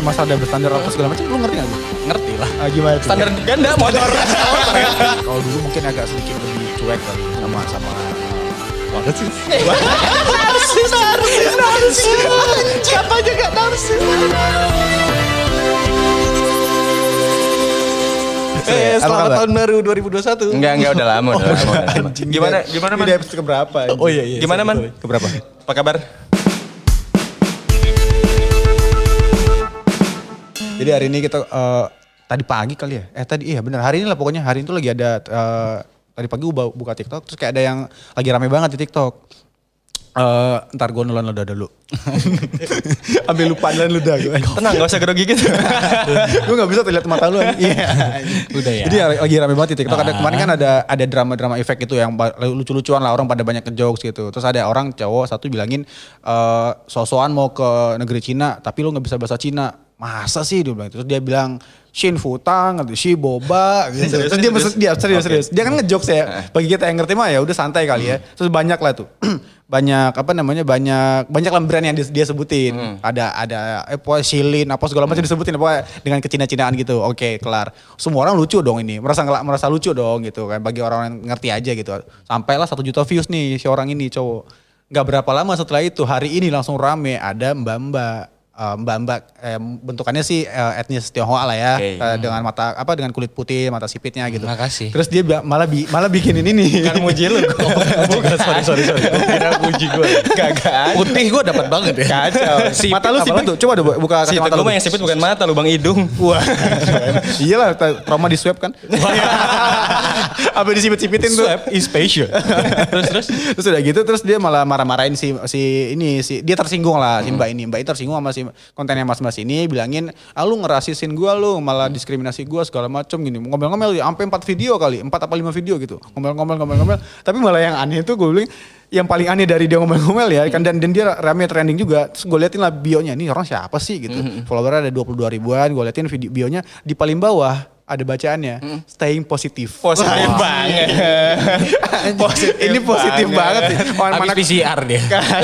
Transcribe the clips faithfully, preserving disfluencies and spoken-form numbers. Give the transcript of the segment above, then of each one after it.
masalah double standar apa segala macam, lu ngerti gak lu? Ngerti lah. Ah, gimana tuh? Standar ganda motor. Kalau dulu mungkin agak sedikit lebih cuek kali sama sama banget sih. Narsis, narsis, narsis. Siapa juga narsis. Eh, selamat tahun baru dua ribu dua puluh satu. Enggak, enggak udah lama, udah lama. Udah lama. Gimana, gimana Man? Ini episode keberapa? Oh iya iya. Gimana Man? Keberapa? Apa kabar? Jadi hari ini kita uh, tadi pagi kali ya? Eh tadi iya benar hari ini lah pokoknya hari itu lagi ada uh, tadi pagi gue buka TikTok terus kayak ada yang lagi rame banget di TikTok. Uh, ntar gue nulan ludah dulu. Ambil lupa nulan ludah gue. Tenang, gak usah grogi gitu. Gue gak bisa terlihat mata lu. Iya. Udah ya. Jadi lagi rame banget di TikTok. Ada kemarin kan ada ada drama-drama efek itu yang lucu-lucuan lah, orang pada banyak ngejokes gitu. Terus ada orang cowok satu bilangin uh, so-soan mau ke negeri Cina tapi lu gak bisa bahasa Cina. Masa sih dia bilang itu. Terus dia bilang Shin Futang, Shi Boba gitu. Terus dia serius, dia serius, serius. Dia kan ngejokes ya. Bagi kita yang ngerti mah ya udah santai kali ya. Terus banyak lah tuh. banyak apa namanya banyak banyak lah brand yang dia, dia sebutin. Hmm. Ada ada eh Shilin apa segala macam hmm. disebutin apa dengan kecina-cinaan gitu. Oke, kelar. Semua orang lucu dong ini. Merasa merasa lucu dong gitu kan bagi orang yang ngerti aja gitu. Sampailah satu juta views nih si orang ini cowok. Gak berapa lama setelah itu hari ini langsung rame ada mbak-mbak Uh, mbak-mbak eh, bentukannya sih uh, etnis Tionghoa lah ya okay. uh, dengan mata apa dengan kulit putih mata sipitnya gitu. Makasih. Terus dia malah bi, malah bikin ini nih. Kan muji lu. Bukan sorry sorry sorry. Kira muji gue. Kagak. Putih gue dapat banget ya. Kacau. Sipit, mata lu sipit tuh. Coba deh buka kacamata lu. Gue mah yang sipit bukan mata, lubang hidung. Wah. Iyalah trauma di swab kan. Apa disipit-sipitin tuh. Swab is patient. terus terus terus udah gitu terus dia malah marah-marahin si si ini si dia tersinggung lah si Mbak ini. Mbak ini tersinggung sama si kontennya mas-mas ini bilangin, ah lu ngerasisin gue lu, malah diskriminasi gue segala macem gini. Ngomel-ngomel sampai empat video kali, empat apa lima video gitu. Ngomel-ngomel, ngomel-ngomel. Tapi malah yang aneh itu gue bilang, yang paling aneh dari dia ngomel-ngomel ya, kan dan, dan dia rame trending juga. Terus gue liatin lah bionya, nih orang siapa sih gitu. Mm-hmm. Followernya ada dua puluh dua ribuan, gue liatin video bionya di paling bawah. Ada bacaannya, hmm. staying positif. Positif wow. banget. positif ini positif banget. banget. Habis mana... P C R dia.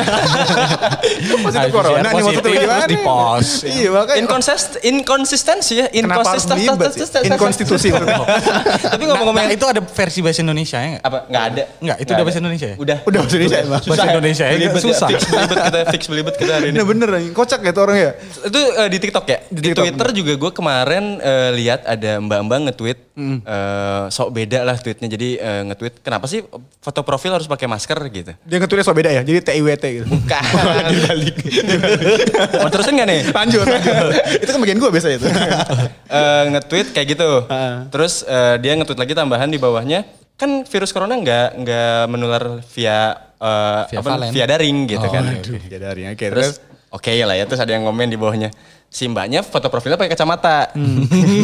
positif corona nih maksudnya gimana? Di pos. Iya makanya. Inconsist, inkonsistensi ya. Inkonsistensi. Inkonstitusi. Tapi ngomong-ngomong itu ada versi bahasa Indonesia ya? Apa? Nggak ada. Nggak, itu udah bahasa Indonesia ya? Udah. Udah bahasa Indonesia emang. Bahasa Indonesia ya? Susah. Fix belibet kita, fix belibet kita hari ini. Nah bener nih, kocak ya tuh orang ya. Itu di TikTok ya? Di Twitter juga gue kemarin lihat ada mbak-mbak nge-tweet. Hmm. Uh, sok beda lah tweetnya, jadi uh, nge-tweet kenapa sih foto profil harus pakai masker gitu. Dia nge-tweetnya sok beda ya, jadi T I W T gitu. Bukan. Dibalik. Mau terusin gak nih? Lanjut, lanjut. Itu kan bagian gue biasa itu. uh, nge-tweet kayak gitu. Uh. Terus uh, dia nge-tweet lagi tambahan di bawahnya, kan virus corona nggak nggak menular via uh, via, apa, via daring gitu oh, kan. Aduh, via daring. Oke, terus oke okay lah ya, terus ada yang komen di bawahnya. Si mbaknya foto profilnya pakai kacamata. Hmm.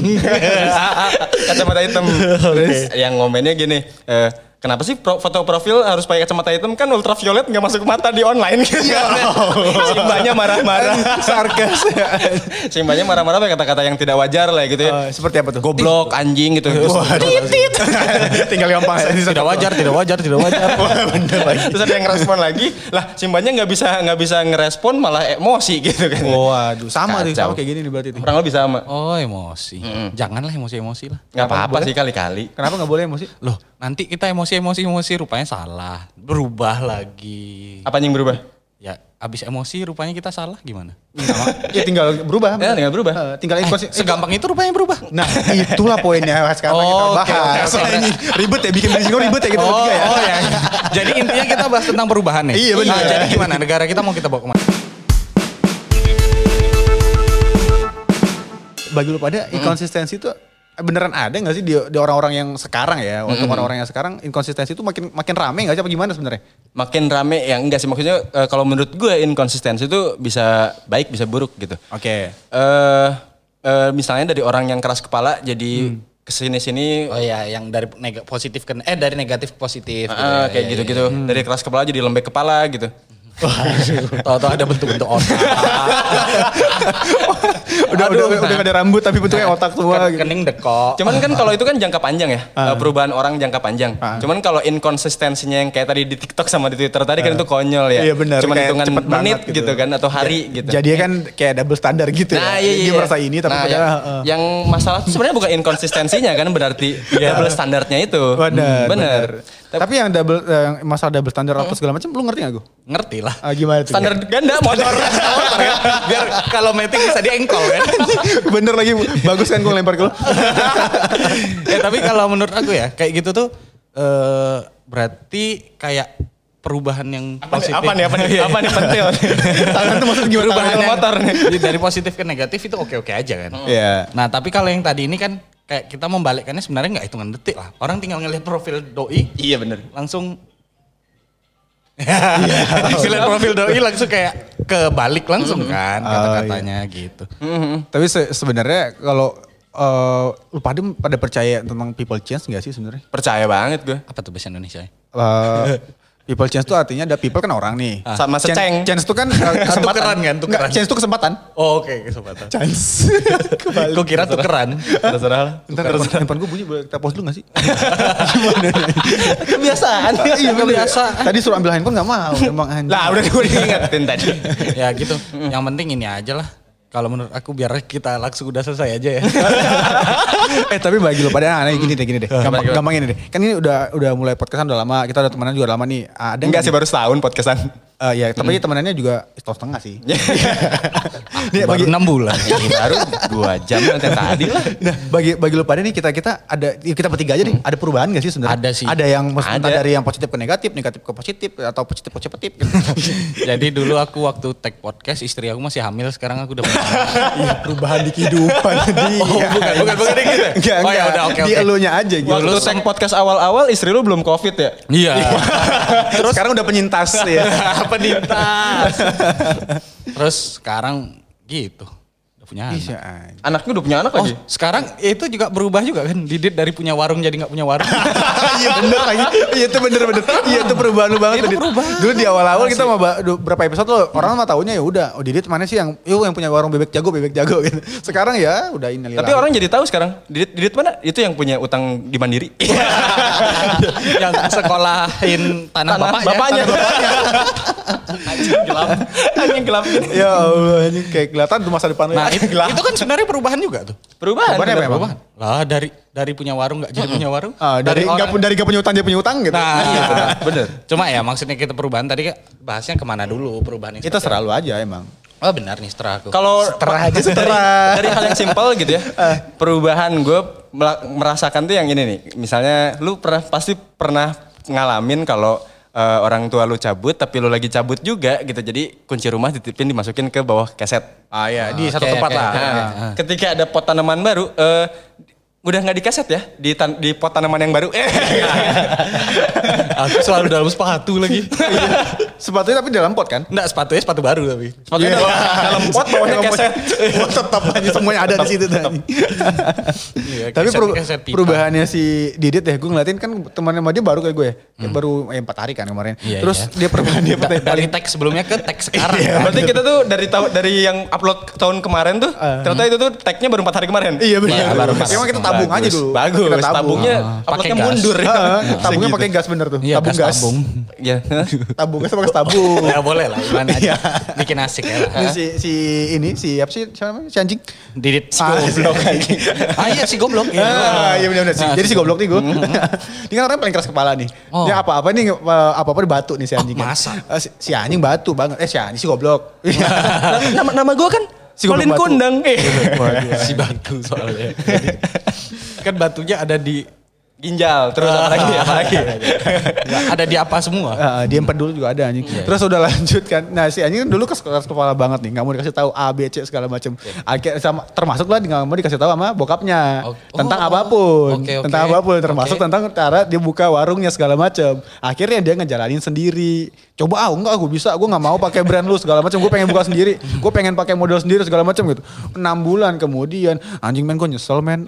Kacamata hitam. Terus okay. yang ngomennya gini, e, kenapa sih pro, foto profil harus pakai kacamata hitam? Kan ultraviolet gak masuk mata di online. Si mbaknya marah-marah. Sarkas. Si mbaknya marah-marah pakai kata-kata yang tidak wajar lah gitu ya. Uh, seperti apa tuh? Goblok, anjing gitu. Titit. Tinggal gampang. Tidak wajar, tidak wajar, tidak wajar. Terus ada yang ngerespon lagi. Lah si mbaknya gak bisa, gak bisa ngerespon malah emosi gitu kan. Waduh, sama tuh. Sama kayak gini nih berarti. Kurang lebih sama. Oh emosi. Mm-hmm. Janganlah emosi-emosi lah. Gak apa-apa sih kali-kali. Kenapa gak boleh emosi? Loh nanti kita emosi-emosi-emosi rupanya salah. Berubah lagi. Apa yang berubah? Ya abis emosi rupanya kita salah gimana? Ya tinggal berubah. Ya tinggal berubah. Uh, tinggal eh, segampang itu rupanya berubah. Nah itulah poinnya sekarang oh, kita bahas. Okay, okay, okay. Ini ribet ya, bikin bisnis ribet ya gitu. Oh, ya. oh ya. Jadi intinya kita bahas tentang perubahan nih. Iya benar. Nah, jadi gimana negara kita mau kita bawa kemana? Bagi lu pada inkonsistensi itu beneran ada nggak sih di, di orang-orang yang sekarang ya? Untuk mm-hmm. orang-orang yang sekarang inkonsistensi itu makin makin rame nggak sih? Apa gimana sebenarnya? Makin rame ya enggak sih, maksudnya uh, kalau menurut gue inkonsistensi itu bisa baik bisa buruk gitu. Oke. Okay. Uh, uh, misalnya dari orang yang keras kepala jadi hmm. kesini-sini. Oh iya, yang dari neg- positif ke eh dari negatif ke positif. Uh, gitu ya, kayak ya, gitu-gitu. Ya, ya. Dari keras kepala jadi lembek kepala gitu. Tahu-tahu ada bentuk-bentuk otak. Udah udah, Aduh, udah, udah gak ada rambut tapi bentuknya otak semua gitu. Kening dekok. Cuman kan kalau itu kan jangka panjang ya, uh. perubahan orang jangka panjang. Uh. Cuman kalau inkonsistensinya yang kayak tadi di TikTok sama di Twitter tadi uh. kan itu konyol ya. Iya benar. Cuman hitungan menit gitu. gitu kan atau hari ya, gitu. Jadinya kan kayak double standar gitu nah, ya. Iya, iya. Dia merasa ini tapi nah, padahal yang, uh. yang masalah itu sebenarnya bukan inkonsistensinya kan berarti double standarnya itu. Benar. Hmm, benar. Tapi yang double uh, yang masalah double standar atau segala macam lu ngerti gak gue? Ngerti lah. Ah, gimana tuh? Standar ganda motor. Motor kan. Biar kalau meeting bisa diengkol kan. Bener lagi bagus kan gue lempar ke lu. Ya tapi kalau menurut aku ya kayak gitu tuh eh berarti kayak perubahan yang Apa nih, positif. apa nih, apa nih, apa nih pentil? Tangan tuh maksud gimana? Perubahan yang motor nih. dari positif ke negatif itu oke-oke aja kan. Iya. Nah tapi kalau yang tadi ini kan kayak kita membalikkannya sebenarnya nggak hitungan detik lah. Orang tinggal ngelihat profil doi. Iya bener. Langsung. Ngelihat profil doi langsung kayak kebalik langsung kan kata-katanya gitu. Tapi se- sebenarnya kalau uh, lu pada pada percaya tentang people change gak sih sebenarnya? Percaya banget gue. Apa tuh bahasa Indonesia? Uh, people change itu artinya ada people kan orang nih. Sama Chan- seceng. Chance itu kan uh, kesempatan. Tukeran kan, tukeran. Enggak, chance itu kesempatan. Oh, oke, kesempatan. Chance. Kebalik. Gue kira tukeran. Terserah lah. Ntar handphone gue bunyi, boleh kita pause dulu gak sih? Gimana? Kebiasaan. Iya Kebiasaan. Tadi suruh ambil handphone gak mau. Emang anjing. Lah udah gue diingetin tadi. Ya gitu. Yang penting ini aja lah. Kalau menurut aku biar kita langsung udah selesai aja ya. eh tapi bagi lo pada aneh gini deh gini deh. Gampang, Gimana, gampang ini deh. Kan ini udah udah mulai podcastan udah lama. Kita udah temenan juga udah lama nih. Ada Enggak sih baru setahun podcastan. Uh, ya, tapi temenannya juga setahun setengah sih. Nih, bagi enam bulan. Ini baru dua jam nanti tadi lah. Nah, bagi bagi lo pada nih kita kita ada kita bertiga aja nih. Ada perubahan gak sih sebenarnya? Ada sih. Ada yang maksudnya Ada. dari yang positif ke negatif, negatif ke positif atau positif ke positif. Gitu. Jadi dulu aku waktu tag podcast istri aku masih hamil, sekarang aku udah punya. Iya, perubahan di kehidupan dia. Oh, bukan, bukan, bukan gitu. Enggak, Oh, ya enggak. udah, oke, Di oke. elunya aja gitu. Waktu tag podcast awal-awal istri lu belum covid ya? Iya. Terus sekarang udah penyintas ya. Penintas. Terus sekarang gitu. Udah punya anak. Iya, anjing. Anaknya udah punya anak Oh, lagi? sekarang itu juga berubah juga kan. Didit dari punya warung jadi gak punya warung. Iya bener lagi. Iya itu bener bener. Iya itu perubahan lu banget. Itu Dit. perubahan. Dulu di awal-awal kita mau ba- du- berapa episode lo orang mah taunya ya udah. Oh Didit mana sih yang yuk yang punya warung bebek jago bebek jago gitu. Sekarang ya udah ini. Tapi orang jadi tahu sekarang. Didit, Didit mana? Itu yang punya utang di Mandiri. Yang sekolahin tanah, Tanah bapaknya. bapaknya. Tanah bapaknya. Anjing gelap. Anjing gelap gini. Ya Allah ini kayak kelihatan tuh masa depan lu. Nah, ya. itu, itu kan sebenarnya perubahan juga tuh. Perubahan. Perubahan apa bener. emang? Perubahan. Lah dari dari punya warung gak jadi punya warung. Ah, dari orang- nggak dari nggak punya utang dia punya utang gitu. Nah, Iya bener. bener. Cuma ya maksudnya kita perubahan tadi kan bahasnya kemana dulu perubahan yang Kita seperti selalu aja emang. apa? Oh benar nih setelah aku. Kalau Seterah aja, dari, seterah. dari hal yang simpel gitu ya. Perubahan gue mela- merasakan tuh yang ini nih. Misalnya lu pernah pasti pernah ngalamin kalau eh, orang tua lu cabut tapi lu lagi cabut juga gitu. Jadi kunci rumah dititipin dimasukin ke bawah keset. Ah ya di satu oke, tempat oke. lah. Nah, ketika ada pot tanaman baru, eh, udah nggak di kaset ya, di, tan- di pot tanaman yang baru. Eh, Aku selalu dalam sepatu lagi. Sepatunya tapi dalam pot kan? Enggak, sepatunya sepatu baru tapi. sepatunya dalam, dalam pot bawahnya Dalam pot. keset. Oh, tetap aja semuanya ada di situ tadi. Iya, Tapi keset- peru- keset pipa. perubahannya si Didit ya, gue ngeliatin kan temannya sama dia baru kayak gue ya. Kayak baru eh, empat hari kan kemarin. Iya, Terus iya. dia perubahan dia Da- paling dari tag sebelumnya ke tag sekarang. Iya. kan. Berarti kita tuh dari tahu dari yang upload tahun kemarin tuh, ternyata itu tuh tagnya baru empat hari kemarin. Iya benar. Iya, baru pas. Emang kita tabung Bagus, aja dulu. Bagus. Kita tabung. Tabungnya Ah, uploadnya pakai gas. mundur ya. Heeh, tabungnya Segitu. pakai gas bener tuh. Iya, tabung gas gas. tabung. Iya. Tabung gas pakai tabung. Ya boleh lah, gimana aja. Bikin asik ya. Ini si si ini si apa sih siapa namanya? Si anjing. Didit si Ah, goblok. Ah iya si goblok. Ah, iya benar benar sih. Nah, Jadi si goblok nih gue. Dia kan orang paling keras kepala nih. Oh. Dia apa-apa nih apa-apa di batu nih si anjing. kan. masa? Eh, si, si anjing batu banget. Eh si anjing si goblok. nama nama gue kan Si goblok Colin batu. Kundang. Eh. Si batu soalnya. Kan batunya ada di Ginjal terus apa lagi? Apa lagi? nggak, ada di apa semua. Uh, di empat dulu juga ada anjing. Iya, Terus udah lanjut kan. Nah si anjing kan dulu kes- keras kepala banget nih. Gak mau dikasih tahu A, B, C segala macam. Akhirnya sama termasuk lah gak mau dikasih tahu sama bokapnya. Oh, tentang oh, apapun. oke, oke. Tentang apapun. Termasuk Oke. tentang cara dia buka warungnya segala macam. Akhirnya dia ngejalanin sendiri. Coba ah enggak gue bisa. Gue gak mau pakai brand lu segala macam. Gue pengen buka sendiri. Gue pengen pakai model sendiri segala macam gitu. enam bulan kemudian. Anjing men gue nyesel men.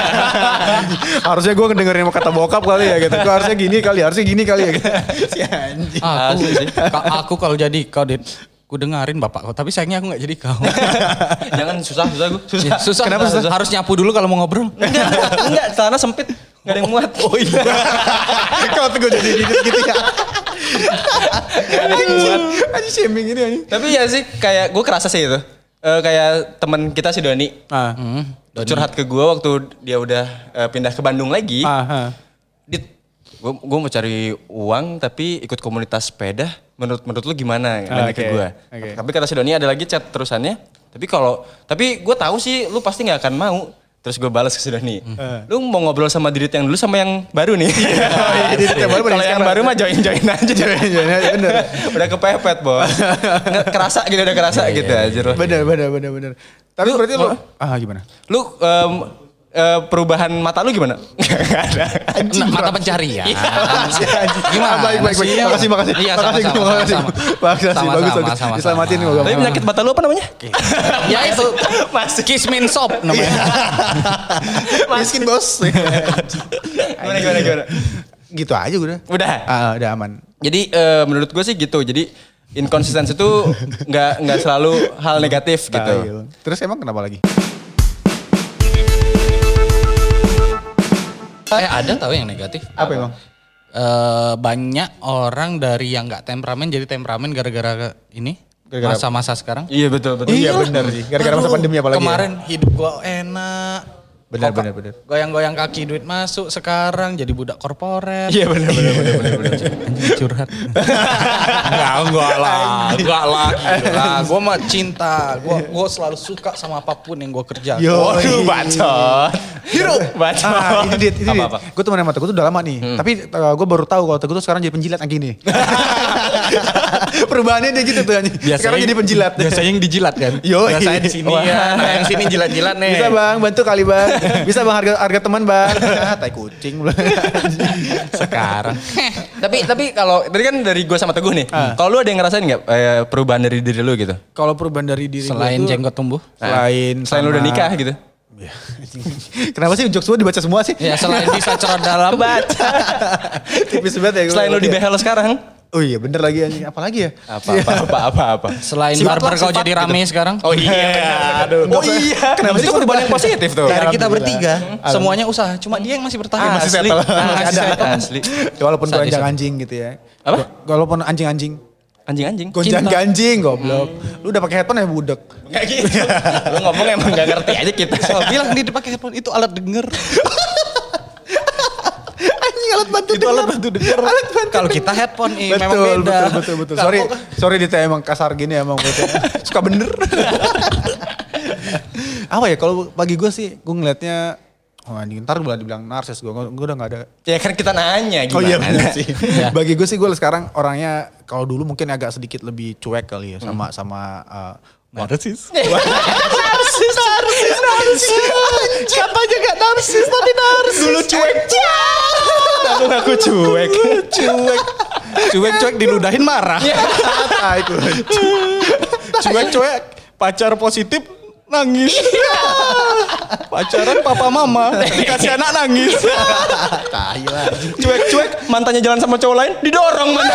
Harusnya gue ngedengerin kata bokap kali ya gitu. Gue harusnya gini kali. Harusnya gini kali ya gitu. Si anjing. Aku, Asli sih. ka- aku kalau jadi kau dit, Gue dengerin bapak kau, tapi sayangnya aku gak jadi kau. Jangan susah, susah gue. Susah. Ya, susah. Kenapa susah? Harus nyapu dulu kalau mau ngobrol. Enggak, enggak, enggak, celana sempit. Gak ada yang muat. Oh iya. Kalau tuh gue jadi gitu gitu ya. Gak ada yang muat. Aja shaming ini aja. Tapi ya sih kayak gue kerasa sih itu. Uh, kayak teman kita si Doni. Ah. Hmm, Curhat ke gue waktu dia udah uh, pindah ke Bandung lagi. Ah, ah. Dit, gue gue mau cari uang tapi ikut komunitas sepeda. Menurut menurut lu gimana? Ah, Nanya ke okay. gue. Okay. Tapi kata si Doni ada lagi chat terusannya. Tapi kalau tapi gue tahu sih lu pasti nggak akan mau. Terus gue balas ke si Doni. Hmm. Lu mau ngobrol sama Didit yang dulu sama yang baru nih? Oh, iya, Didit yang baru, Kalau yang baru mah join join aja. Join join aja bener. Udah kepepet bos. Nggak kerasa gitu udah kerasa gitu aja loh. Bener bener bener bener. Tapi Lu- berarti lu oh. ah gimana? Lu um, uh, perubahan mata lu gimana? Gak ada. Nah, mata pencarian. Gimana? Baik baik baik. sih? Makasih makasih. Iya, Makasih sama-sama, makasih. sama-sama. Makasih Sama-sama, bagus bagus. sama-sama. Diselamatin gue. Tapi penyakit mata lu apa namanya? Ya itu Kismin Shop namanya. Miskin bos. Gimana gimana gimana? Gitu aja udah. Udah. Ah, udah aman. Jadi eh, menurut gue sih gitu. Jadi inkonsistensi itu nggak nggak selalu hal negatif gitu. Tail. Terus emang kenapa lagi? Eh ada tahu yang negatif? Apa emang? Eh, banyak orang dari yang nggak temperamen jadi temperamen gara-gara ini Gara-gara masa-masa sekarang. Iya betul betul. Iya benar sih. Gara-gara masa Aduh, pandemi apalagi. Kemarin hidup gua enak. Benar, Kok- benar, benar. Goyang-goyang kaki duit masuk, sekarang jadi budak korporat. Iya benar benar benar benar. benar. Anjing curhat. enggak, enggak lah. Enggak lah. Gila. Gua mah cinta. Gua gua selalu suka sama apapun yang gua kerjakan. Yo. Waduh bacot. Hero. Bacot. Ah, itu dia, itu dia. Apa-apa? Gue temen sama Teguh tuh udah lama nih. Tapi uh, gue baru tahu kalau Teguh tuh sekarang jadi penjilat yang gini. Perubahannya dia gitu tuh. anjing. Sekarang jadi penjilat. Biasanya yang dijilat kan. Yo, Biasanya di sini ya. Nah, yang sini jilat-jilat nih. Bisa bang, bantu kali bang. Bisa bang harga harga teman bang. Ah, tai kucing. Sekarang. tapi tapi kalau tadi kan dari gue sama Teguh nih. Kalau lu ada yang ngerasain nggak eh, perubahan dari diri lu gitu? Kalau perubahan dari diri gua Selain tuh- jenggot tumbuh. Selain Selain lu udah sama- nikah gitu. Kenapa sih jokes gue dibaca semua sih? Ya selain bisa cerot dalam. Baca. Tipis banget ya. gua. Selain lu di behel sekarang. Oh iya bener lagi anjing. Apa lagi ya? Apa apa apa apa apa. Selain Sifat barber lah, kau sifat jadi gitu. rame sekarang. Oh iya. Aduh. Oh iya. Kenapa sih Itu gua perubahan yang dibahas? positif tuh. Dari kita Alhamdulillah. bertiga, semuanya usaha. Cuma dia yang masih bertahan. masih Asli. settle. Asli. Ada. Asli. Walaupun gue Sadis. anjing-anjing gitu ya. Apa? Walaupun anjing-anjing. Anjing-anjing. Gonjang ganjing goblok. Lu udah pakai headphone ya budek. Kayak gitu. Lu ngomong emang gak ngerti aja kita. So, bilang dia pakai headphone itu alat denger. Anjing alat bantu Itu alat bantu denger. Alat bantu Kalau kita headphone eh, betul, memang beda. betul, betul, betul. Kalau Sorry, kau- sorry Dita emang kasar gini emang. betul. Suka bener. Apa ya kalau bagi gue sih, gue ngeliatnya, oh anjing ntar boleh dibilang narsis gue, gue udah gak ada. Ya kan kita nanya gimana. Oh iya bener sih. Ya. Bagi gue sih gue sekarang orangnya kalau dulu mungkin agak sedikit lebih cuek kali ya sama sama uh, Narsis. Narsis, narsis, narsis. Katanya gak narsis tapi narsis. Dulu cuek. Aku ngaku cuek. Cuek. Cuek-cuek diludahin marah. Tai kucing. Cuek-cuek pacar positif nangis. Pacaran papa mama dikasih anak nangis. Tai lah. Cuek-cuek mantannya jalan sama cowok lain didorong mana.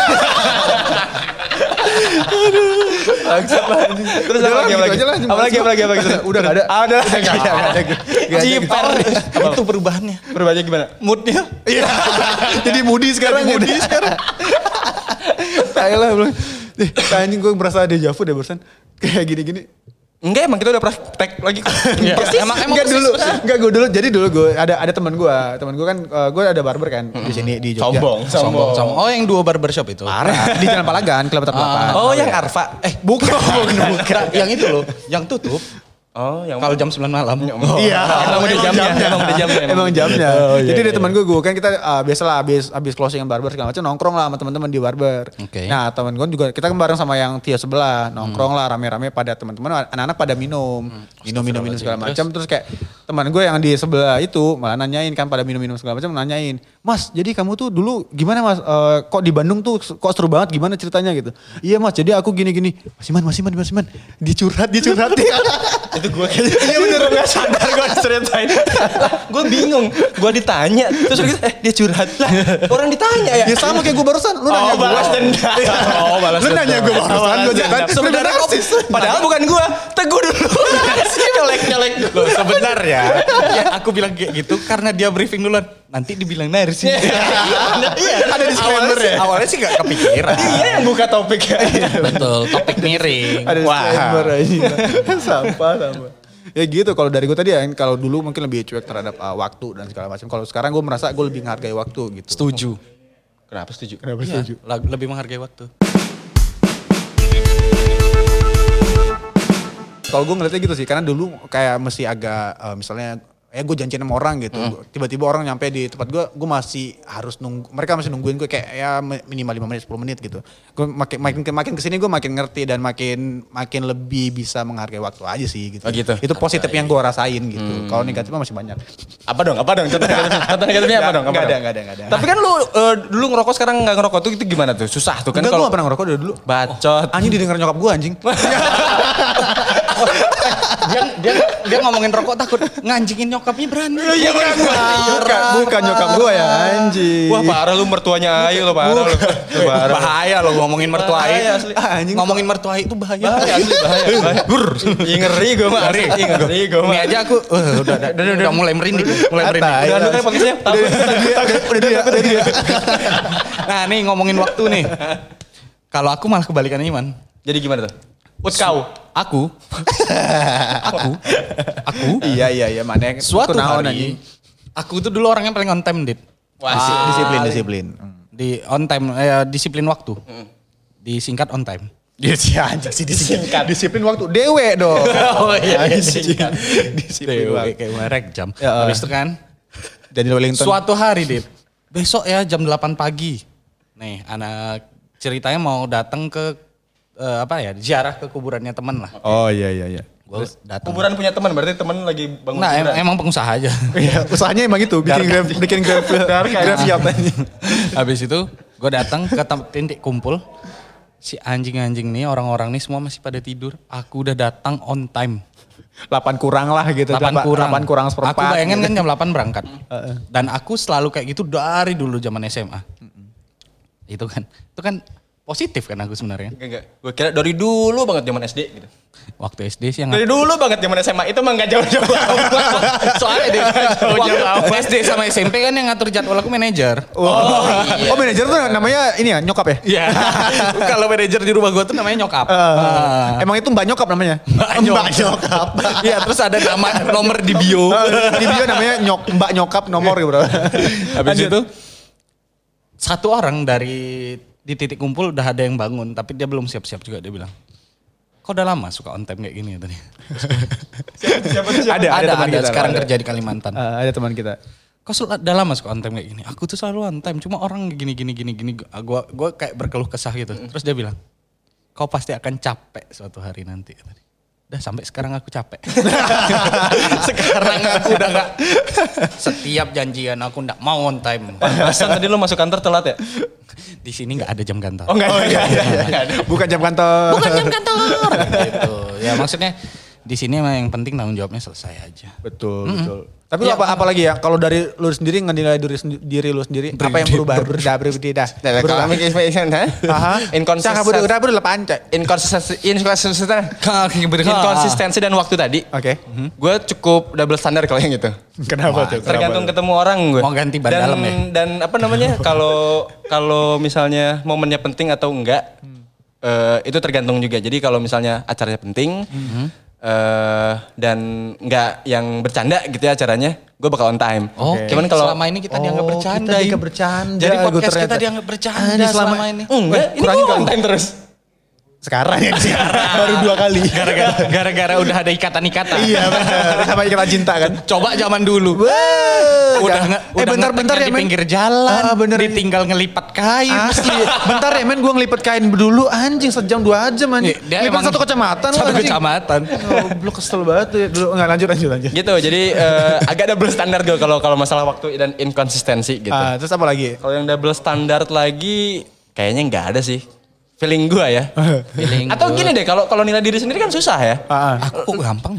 Bangsat lah anjing. Terus Udah apa lah, lagi gitu apa lagi? aja lah, Apa lagi apa lagi apa lagi? Udah gak ada. Ah, udah Udah gak ada. Gak ada. Gak ada. Jiper. Itu perubahannya. Berbahaya gimana? Moodnya. Iya. Jadi moody sekarang. Jadi moody sekarang. Tai lah. Bro. Eh, anjing gue merasa deja vu deh barusan. Kayak gini-gini. Enggak emang kita udah pernah tag lagi. Iya. Emang emang Enggak persis, dulu, benar. enggak gue dulu. Jadi dulu gue ada ada teman gue, teman gue kan, uh, gue ada barber kan di sini di Jogja. Sombong, Sombong, sombong. Oh yang dua barbershop itu. Parah. Di Jalan Palagan, kilometer delapan. Oh yang Arfa. Eh Bukan, bukan. Yang itu loh, yang tutup. Oh yang Kalau jam sembilan malam. Iya, Emang udah jamnya, emang udah jamnya. Emang jamnya. Oh, iya, Jadi ada iya. teman gue, gue kan kita uh, biasalah habis habis closing barber segala macam nongkrong lah sama teman-teman di barber. Oke. Nah teman gue juga kita kan bareng sama yang Tio sebelah nongkrong lah rame-rame pada teman-teman anak-anak pada minum, minum minum minum segala macam. Terus kayak teman gue yang di sebelah itu malah nanyain kan pada minum-minum segala macam nanyain, Mas jadi kamu tuh dulu gimana Mas? Eh, kok di Bandung tuh kok seru banget gimana ceritanya gitu? Iya Mas jadi aku gini-gini. Mas Iman, Mas Iman, Mas Iman. Dicurhat, dicurhat. Itu gue kayaknya. Iya bener. Gue gak sadar gue ceritain. Gue bingung. Gue ditanya. Terus gitu, eh dia curhat. Lah orang ditanya ya. Ya sama kayak gue barusan. Lu nanya Oh gue. balas dendam. Oh balas Lu nanya gue barusan. Gue jangan. Sebenarnya kok. Padahal bukan gue. Teguh dulu. Nyelek-nyelek dulu. Loh sebenarnya ya aku bilang kayak gitu karena dia briefing duluan. Nanti dibilang narsis. Iya. Ada disclaimer ya. Awalnya sih gak kepikiran. Iya yang buka topik ya. Betul, topik miring. Ada disclaimer aja. Sampah sampah. Ya gitu kalau dari gue tadi ya, kalau dulu mungkin lebih cuek terhadap uh, waktu dan segala macam. Kalau sekarang gue merasa gue lebih menghargai waktu gitu. Setuju. Kenapa setuju? Kenapa Iya, setuju? la- lebih menghargai waktu. Kalau gue ngeliatnya gitu sih, karena dulu kayak mesti agak uh, misalnya, ya gue janjian sama orang gitu, tiba-tiba orang nyampe di tempat gue, gue masih harus nunggu, mereka masih nungguin gue kayak ya minimal lima menit, sepuluh menit gitu. Gue makin makin makin kesini gue makin ngerti dan makin makin lebih bisa menghargai waktu aja sih gitu. Oh gitu. Itu positif yang gue rasain gitu. Kalau negatifnya masih banyak. Apa dong? Apa dong? Contoh negatifnya, contoh negatifnya apa dong? Apa Enggak ada, dong? enggak ada, enggak ada. Tapi kan lu uh, dulu ngerokok sekarang nggak ngerokok tuh itu gimana tuh? Susah tuh kan Enggak, gue kalau gak pernah ngerokok dari dulu. bacot. Anjing didengar nyokap gue anjing. dia, dia, dia ngomongin rokok takut nganjingin nyokapnya berani. Iya bukan, bukan, bukan nyokap gue ya anjing. Wah parah lu mertuanya Ayu lo parah lu. Lu parah. Bahaya loh ngomongin mertua Bahaya Ai. asli. Ah, anjing. Ngomongin mertua Ai itu bahaya. Bahaya asli bahaya. bahaya. Ih ngeri gue mah. Ngeri. Ih, ngeri gue mah. Ini aja aku uh, udah, udah, udah, udah mulai merinding, mulai merinding. Atai. Udah lu kayak podcastnya. Takut. Udah dia, udah dia. Nah nih ngomongin waktu nih. Kalau aku malah kebalikannya Iman. Jadi gimana tuh? Ut kau. Aku, aku, aku. Iya, iya, iya. Mana Suatu kunaon, hari, anjing. aku itu dulu orangnya paling on time, Dit. Wah, Disi- disiplin, disiplin. Di on time, eh, disiplin waktu. Disingkat on time. Dia sih anjing sih disingkat. Disiplin waktu. Dewe dong. Oh iya, Anjing. Disiplin waktu. Kayak merek jam. Ya, Habis itu kan, Jadi Wellington. suatu hari, Dit. Besok ya jam delapan pagi. Nih, anak ceritanya mau datang ke eh, apa ya? Ziarah ke kuburannya teman lah. Oh iya iya iya. Gue datang. Kuburan punya teman berarti teman lagi bangun Nah, em- kuburan. emang pengusaha aja. Iya, usahanya emang itu bikin graf bikin graf graf siap anjing. Habis itu gue datang ke tem- titik kumpul. Si anjing-anjing nih, orang-orang nih semua masih pada tidur. Aku udah datang on time. delapan kurang lah gitu. delapan kurang. delapan kurang seperempat. Aku bayangin kan jam delapan berangkat. Dan aku selalu kayak gitu dari dulu zaman S M A. Itu kan, itu kan positif kan aku sebenarnya. Enggak enggak. Gue kira dari dulu banget zaman S D gitu. Waktu S D sih yang Dari dulu banget zaman S M A itu mah enggak jauh-jauh. soalnya deh, waktu S D sama S M P kan yang ngatur jadwal aku manajer. Oh, oh manajer tuh namanya ini ya nyokap ya? Iya. Kalau manajer di rumah gue tuh namanya nyokap. Eh, Emang itu Mbak Nyokap namanya? Mbak Nyokap. Iya, terus ada nama nomor di bio. Di bio namanya nyok, Mbak Nyokap nomor gitu bro. Habis itu satu orang dari di titik kumpul udah ada yang bangun, tapi dia belum siap-siap juga dia bilang. Kau udah lama suka on time kayak gini ya tadi? Ada, ada, teman ada. kita, Sekarang ada. kerja di Kalimantan. Eh, ada teman kita. Kau sel- udah lama suka on time kayak gini? Aku tuh selalu on time, cuma orang gini gini gini gini. Gua gua kayak berkeluh kesah gitu. Terus dia bilang, kau pasti akan capek suatu hari nanti. Udah sampai sekarang aku capek. Sekarang aku udah gak, setiap janjian aku nggak mau on time. Pantesan tadi lu masuk kantor telat ya? Di sini nggak ada jam kantor. Oh enggak. Oh, iya, iya, iya. Bukan jam kantor. Bukan jam kantor. gitu. Ya maksudnya di sini emang yang penting tanggung jawabnya selesai aja. Betul, betul. Tapi Ya, apa apalagi ya kalau dari lu sendiri ngenilai diri, sendi- diri lu sendiri apa yang berubah berubah berbeda? Kami kisah Aha. Inkonsistensi. Sangat berubah berubah panca. Inkonsistensi, inkonsistensi, inkonsistensi dan waktu tadi. Oke. Gue cukup double standar kalau yang gitu. Kenapa tuh? Tergantung ketemu orang gue. Mau ganti ban dan, dalam ya? Dan apa namanya kalau kalau misalnya momennya penting atau enggak, eh, itu tergantung juga. Jadi kalau misalnya acaranya penting, eh, dan enggak yang bercanda gitu ya acaranya, gue bakal on time. Oke. Cuman kalau selama ini kita dianggap Oh, bercanda. kita Im. dianggap bercanda, Jadi gua podcast kita ternyata. dianggap bercanda Anjing, selama, selama- ini. enggak, ini kurangin gue on kali. time terus. Sekarang ya baru dua kali. Gara-gara, gara-gara udah ada ikatan-ikatan. Iya benar. Sama ikatan cinta kan. Coba zaman dulu. Wah, Udah jangan- nge, eh udah bentar-bentar ngeteknya ya di men. pinggir jalan. Ah, bener. Ditinggal ngelipat kain. Asli. Bentar ya men gue ngelipet kain dulu anjing sejam dua jam anjing. Dia Ngelipet emang satu kecamatan lu Satu anjing. kecamatan. Goblok kesel banget tuh ya. Dulu enggak lanjut lanjut lanjut. Gitu, jadi eh, agak double standar gue kalau kalau masalah waktu dan inkonsistensi gitu. Ah, terus apa lagi? Kalau yang double standar lagi kayaknya nggak ada sih. Feeling gue ya. Feeling Atau gua. gini deh, kalau kalau nilai diri sendiri kan susah ya. Ah, ah. Aku kok gampang ya?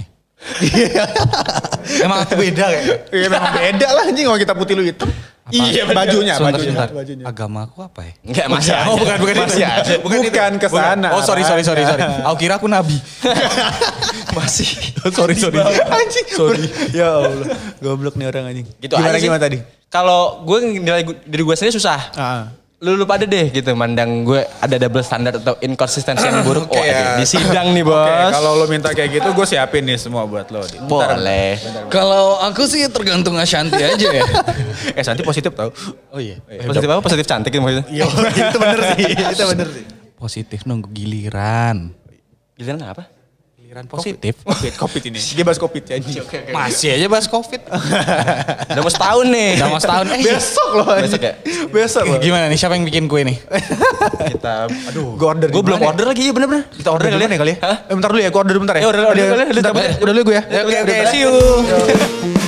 Emang aku beda kayak. Iya memang beda lah anjing kalau kita putih lu hitam. Iya bajunya, Sebentar, bajunya, sebentar. bajunya. Agama aku apa ya? Enggak masih ada. Oh bukan bukan masih itu. ada. Bukan, bukan ke sana. Oh sorry sorry sorry sorry. Aku kira aku nabi. Masih. sorry sorry. Anjing. Sorry. Ya Allah. Goblok nih orang anjing. Gitu Gimana aja sih. gimana tadi? Kalau gue nilai gu- diri gue sendiri susah. Ah. Lu lupa ada deh gitu mandang gue ada double standard atau inkonsistensi yang buruk. Oh, Oke, ya. di sidang nih, Bos. Oke, kalau lo minta kayak gitu gue siapin nih semua buat lo. Di. boleh. Kalau aku sih tergantung Ashanti aja ya. Eh Santi positif tau. Oh iya. Positif apa? Positif cantik gitu maksudnya. Iya itu bener sih. Itu bener sih. Positif nunggu giliran. Giliran apa? Giliran positif. Covid, Covid ini. Dia bahas Covid ya. anjing. Masih aja bahas covid. Udah mau setahun nih. Udah mau setahun. Eh, Besok loh. anjing. Besok ya? Besok loh. gimana nih siapa yang bikin kue nih? Kita aduh. Gue order Gue belum gimana ya? order lagi ya bener-bener. Kita order kali ya kali ya? Hah? Eh bentar dulu ya, gue order bentar ya. Ya, order, order, Udah, order, order, bentar, cabut. Udah dulu gue ya. Oke, oke, see you.